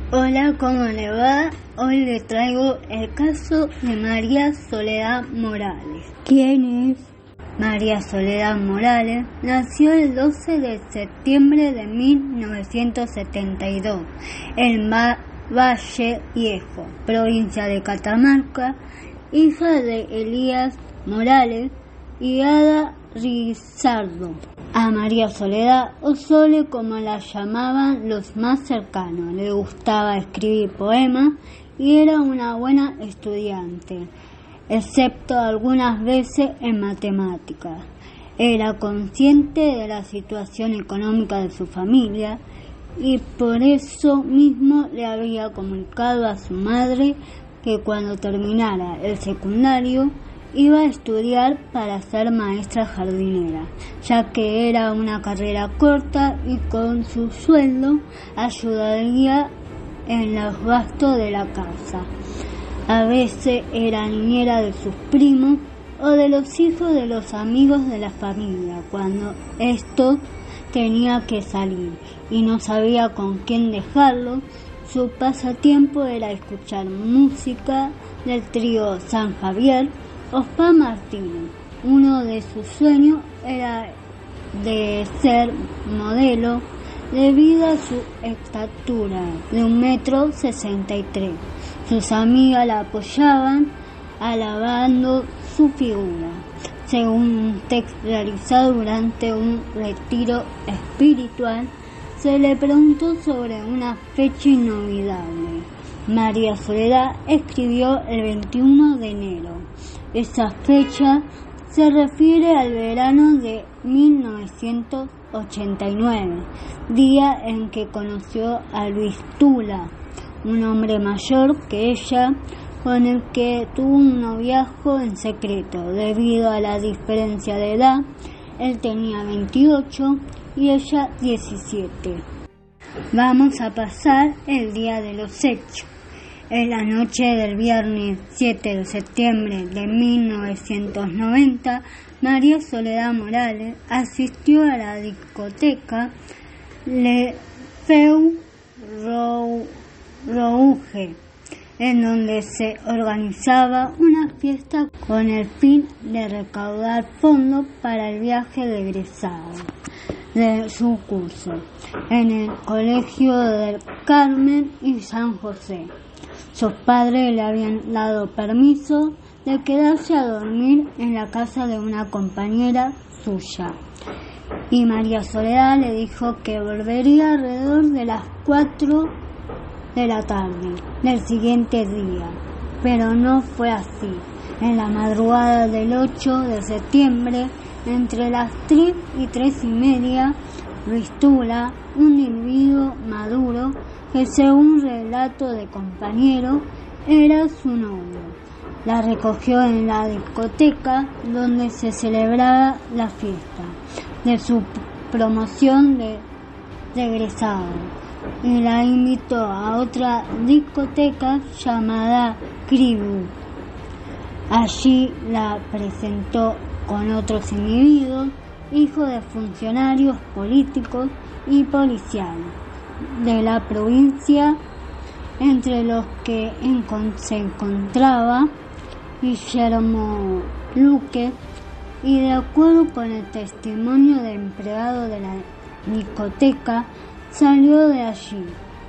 Hola, ¿cómo le va? Hoy le traigo el caso de María Soledad Morales. ¿Quién es? María Soledad Morales nació el 12 de septiembre de 1972 en Valle Viejo, provincia de Catamarca, hija de Elías Morales y Ada Rizardo. A María Soledad, o Sole como la llamaban los más cercanos, le gustaba escribir poemas y era una buena estudiante, excepto algunas veces en matemáticas. Era consciente de la situación económica de su familia y por eso mismo le había comunicado a su madre que cuando terminara el secundario iba a estudiar para ser maestra jardinera, ya que era una carrera corta y con su sueldo ayudaría en los gastos de la casa. A veces era niñera de sus primos o de los hijos de los amigos de la familia cuando esto tenía que salir y no sabía con quién dejarlo. Su pasatiempo era escuchar música del trío San Javier o Pa Martínez. Uno de sus sueños era de ser modelo debido a su estatura de 1,63 m. Sus amigas la apoyaban alabando su figura. Según un texto realizado durante un retiro espiritual, se le preguntó sobre una fecha inolvidable. María Soledad escribió el 21 de enero. Esa fecha se refiere al verano de 1989, día en que conoció a Luis Tula, un hombre mayor que ella, con el que tuvo un noviazgo en secreto. Debido a la diferencia de edad, él tenía 28 y ella 17. Vamos a pasar el día de los hechos. En la noche del viernes 7 de septiembre de 1990, María Soledad Morales asistió a la discoteca Le Feu Rouge, en donde se organizaba una fiesta con el fin de recaudar fondos para el viaje de egresados de su curso en el Colegio del Carmen y San José. Sus padres le habían dado permiso de quedarse a dormir en la casa de una compañera suya y María Soledad le dijo que volvería alrededor de las 4 de la tarde del siguiente día, pero no fue así. En la madrugada del 8 de septiembre, entre las 3 y 3:30, Luis Tula, un individuo maduro que según relato de compañero era su novio, la recogió en la discoteca donde se celebraba la fiesta de su promoción de egresado y la invitó a otra discoteca llamada Cribu. Allí la presentó con otros individuos, hijos de funcionarios políticos y policiales de la provincia, entre los que se encontraba Guillermo Luque, y de acuerdo con el testimonio del empleado de la discoteca, salió de allí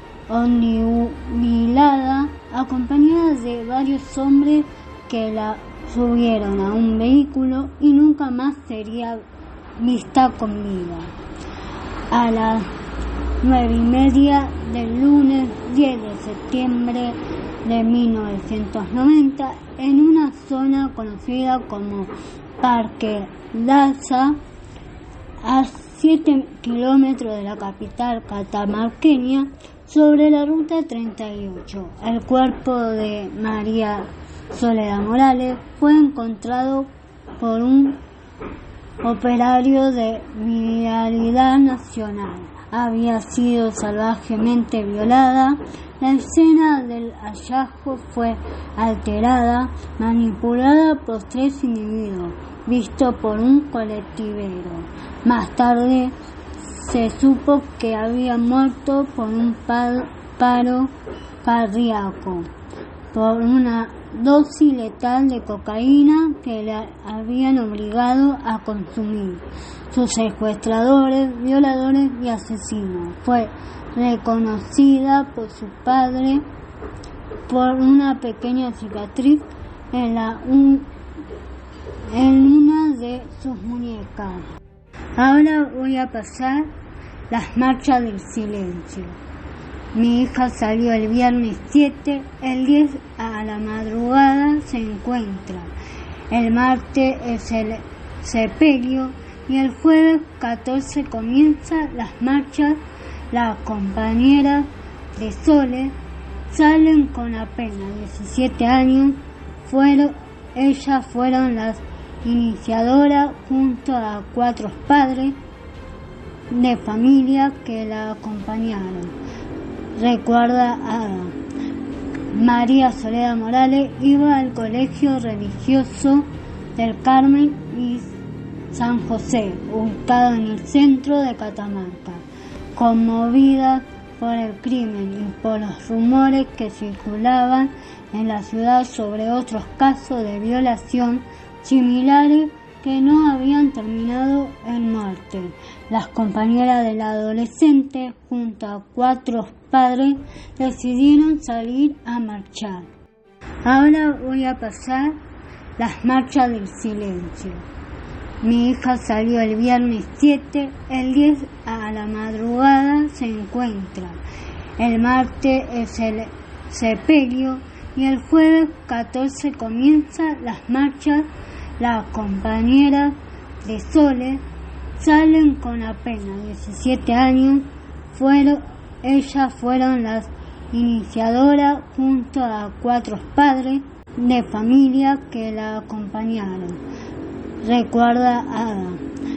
omnibilada, acompañada de varios hombres que la subieron a un vehículo y nunca más sería vista con vida. A las 9:30 del lunes 10 de septiembre de 1990, en una zona conocida como Parque Daza, a 7 kilómetros de la capital catamarqueña, sobre la ruta 38, el cuerpo de María Soledad Morales fue encontrado por un operario de Vialidad Nacional. Había sido salvajemente violada. La escena del hallazgo fue alterada, manipulada por 3 individuos, visto por un colectivero. Más tarde se supo que había muerto por un paro cardíaco por una dosis letal de cocaína que le habían obligado a consumir. Sus secuestradores, violadores y asesinos. Fue reconocida por su padre por una pequeña cicatriz en una de sus muñecas. Ahora voy a pasar las marchas del silencio. Mi hija salió el viernes 7, el 10 a la madrugada se encuentra. El martes es el sepelio y el jueves 14 comienzan las marchas. Las compañeras de Sole salen con apenas 17 años. Ellas fueron las iniciadoras junto a 4 padres de familia que la acompañaron. Recuerda Ada. María Soledad Morales iba al colegio religioso del Carmen y San José, ubicado en el centro de Catamarca. Conmovida por el crimen y por los rumores que circulaban en la ciudad sobre otros casos de violación similares que no habían terminado en muerte. Las compañeras del adolescente, junto a 4 padres, decidieron salir a marchar. Ahora voy a pasar las marchas del silencio. Mi hija salió el viernes 7, el 10 a la madrugada se encuentra. El martes es el sepelio y el jueves 14 comienzan las marchas. Las compañeras de Sole salen con apenas 17 años. Ellas fueron las iniciadoras junto a 4 padres de familia que la acompañaron. Recuerda Ada.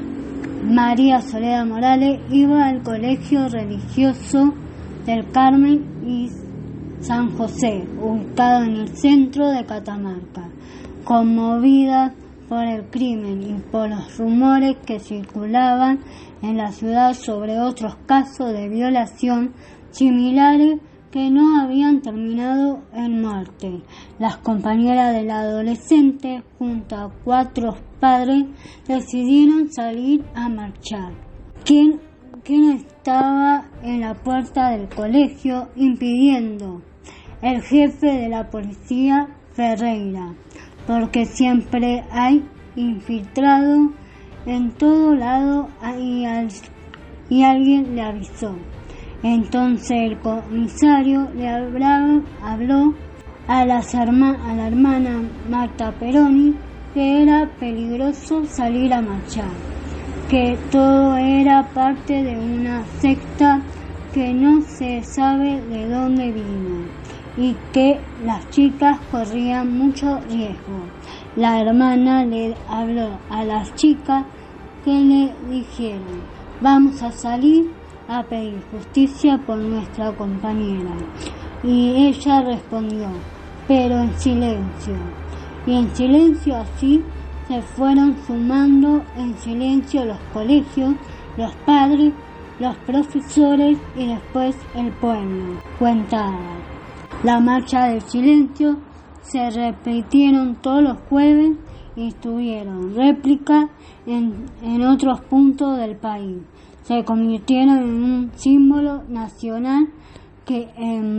María Soledad Morales iba al colegio religioso del Carmen y San José, ubicado en el centro de Catamarca. Conmovida por el crimen y por los rumores que circulaban en la ciudad sobre otros casos de violación similares que no habían terminado en muerte. Las compañeras del adolescente, junto a 4 padres, decidieron salir a marchar. ¿Quién estaba en la puerta del colegio impidiendo? El jefe de la policía, Ferreira, porque siempre hay infiltrado en todo lado y alguien le avisó. Entonces el comisario le habló a la hermana Marta Peroni que era peligroso salir a marchar, que todo era parte de una secta que no se sabe de dónde vino y que las chicas corrían mucho riesgo. La hermana le habló a las chicas que le dijeron: vamos a salir a pedir justicia por nuestra compañera. Y ella respondió, pero en silencio. Y en silencio así se fueron sumando en silencio los colegios, los padres, los profesores y después el pueblo. Cuenta Ada. La marcha del silencio se repitieron todos los jueves y tuvieron réplica en otros puntos del país. Se convirtieron en un símbolo nacional que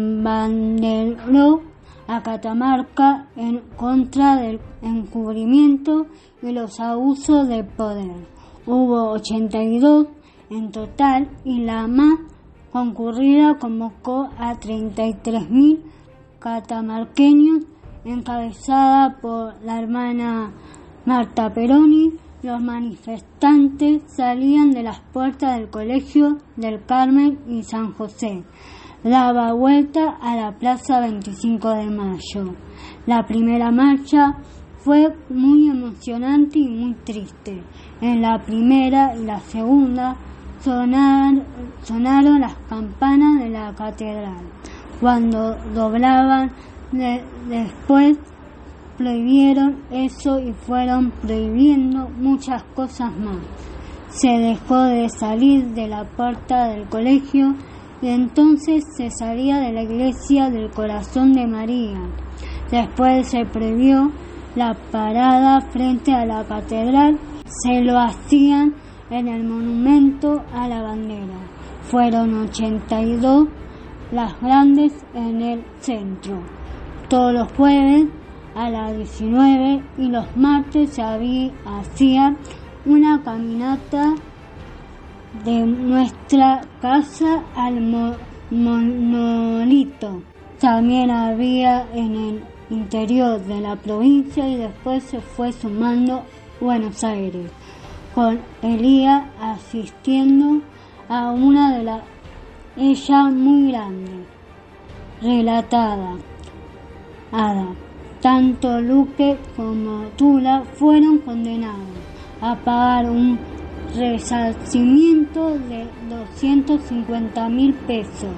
embanderó a Catamarca en contra del encubrimiento y los abusos de poder. Hubo 82 en total y la más concurrida convocó a 33.000 catamarqueños, encabezada por la hermana Marta Peroni. Los manifestantes salían de las puertas del colegio del Carmen y San José, daba vuelta a la plaza 25 de mayo. La primera marcha fue muy emocionante y muy triste. En la primera y la segunda sonaron las campanas de la catedral. Cuando doblaban, después prohibieron eso y fueron prohibiendo muchas cosas más. Se dejó de salir de la puerta del colegio y entonces se salía de la iglesia del Corazón de María. Después se prohibió la parada frente a la catedral, se lo hacían en el monumento a la bandera. Fueron 82 las grandes en el centro. Todos los jueves a las 19 y los martes se hacía una caminata de nuestra casa al monolito. También había en el interior de la provincia y después se fue sumando Buenos Aires, con Elías asistiendo a una de las ella muy grande, relatada. Tanto Luque como Tula fueron condenados a pagar un resarcimiento de 250.000 pesos,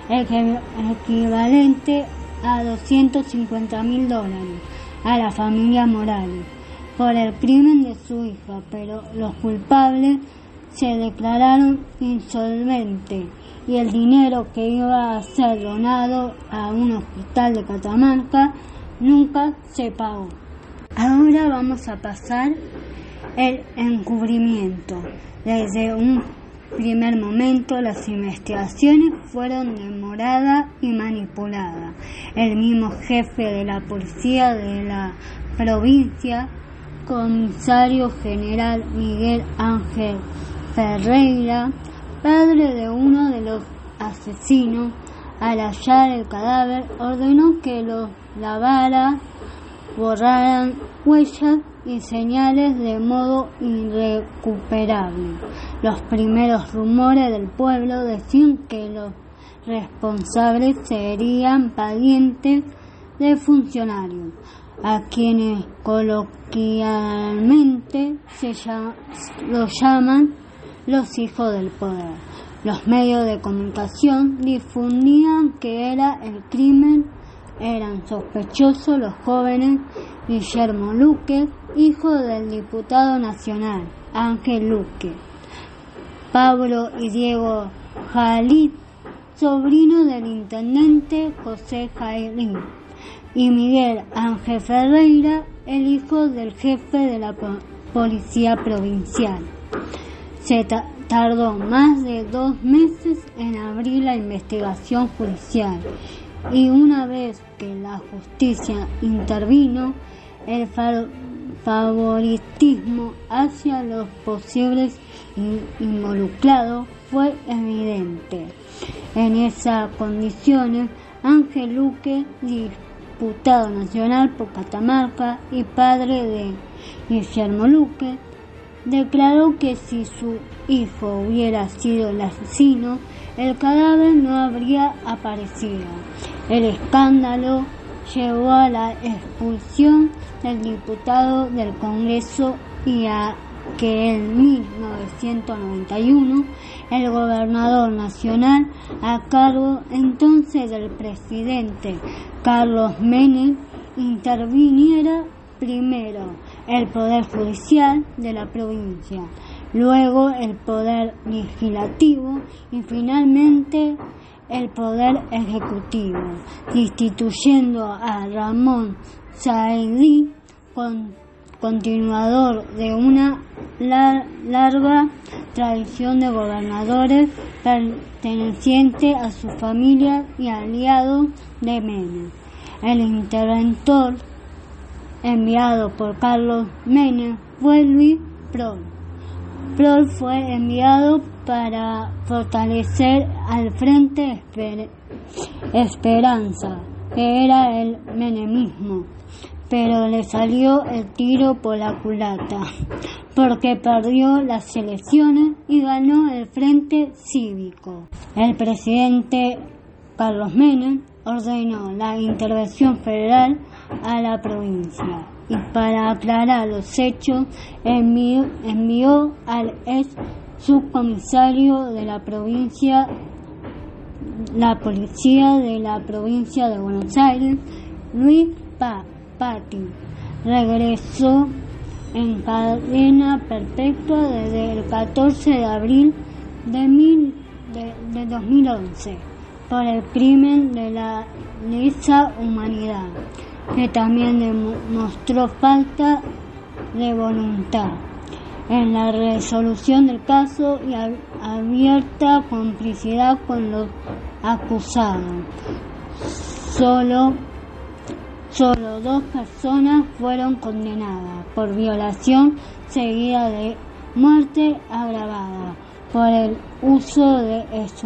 equivalente a $250.000, a la familia Morales por el crimen de su hija, pero los culpables se declararon insolventes y el dinero que iba a ser donado a un hospital de Catamarca nunca se pagó. Ahora vamos a pasar el encubrimiento. Desde un primer momento las investigaciones fueron demoradas y manipuladas. El mismo jefe de la policía de la provincia, comisario general Miguel Ángel Ferreira, padre de uno de los asesinos, al hallar el cadáver ordenó que lo lavaran, borraran huellas y señales de modo irrecuperable. Los primeros rumores del pueblo decían que los responsables serían parientes de funcionarios, a quienes coloquialmente los llaman los hijos del poder. Los medios de comunicación difundían que era el crimen. Eran sospechosos los jóvenes Guillermo Luque, hijo del diputado nacional Ángel Luque, Pablo y Diego Jalí, sobrino del intendente José Jalí, y Miguel Ángel Ferreira, el hijo del jefe de la policía provincial. Se tardó más de 2 meses en abrir la investigación judicial y una vez que la justicia intervino, el favoritismo hacia los posibles involucrados fue evidente. En esas condiciones, Ángel Luque, diputado nacional por Catamarca y padre de Guillermo Luque, declaró que si su hijo hubiera sido el asesino, el cadáver no habría aparecido. El escándalo llevó a la expulsión del diputado del Congreso y a que en 1991 el gobernador nacional, a cargo entonces del presidente Carlos Menem, interviniera primero el Poder Judicial de la provincia, luego el Poder Legislativo y finalmente el Poder Ejecutivo, instituyendo a Ramón Saadí, continuador de una larga tradición de gobernadores perteneciente a su familia y aliado de Menem. El interventor enviado por Carlos Menem fue Luis Prol. Prol fue enviado para fortalecer al Frente Esperanza, que era el menemismo, pero le salió el tiro por la culata, porque perdió las elecciones y ganó el Frente Cívico. El presidente Carlos Menem ordenó la intervención federal a la provincia y para aclarar los hechos envió al ex subcomisario de la policía de la provincia de Buenos Aires, Luis Patti. Regresó en cadena perpetua desde el 14 de abril de de 2011 por el crimen de la lesa humanidad, que también demostró falta de voluntad en la resolución del caso y abierta complicidad con los acusados. Solo 2 personas fueron condenadas por violación seguida de muerte agravada por el uso de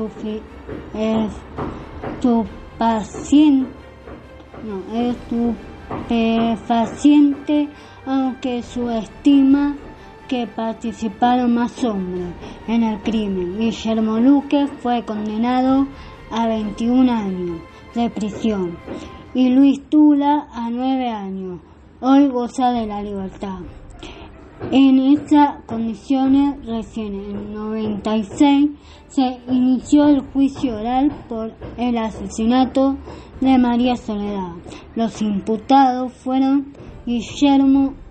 estupefaciente, aunque se estima que participaron más hombres en el crimen. Guillermo Luque fue condenado a 21 años de prisión y Luis Tula a 9 años. Hoy goza de la libertad. En esas condiciones, recién en 96 se inició el juicio oral por el asesinato de María Soledad. Los imputados fueron Guillermo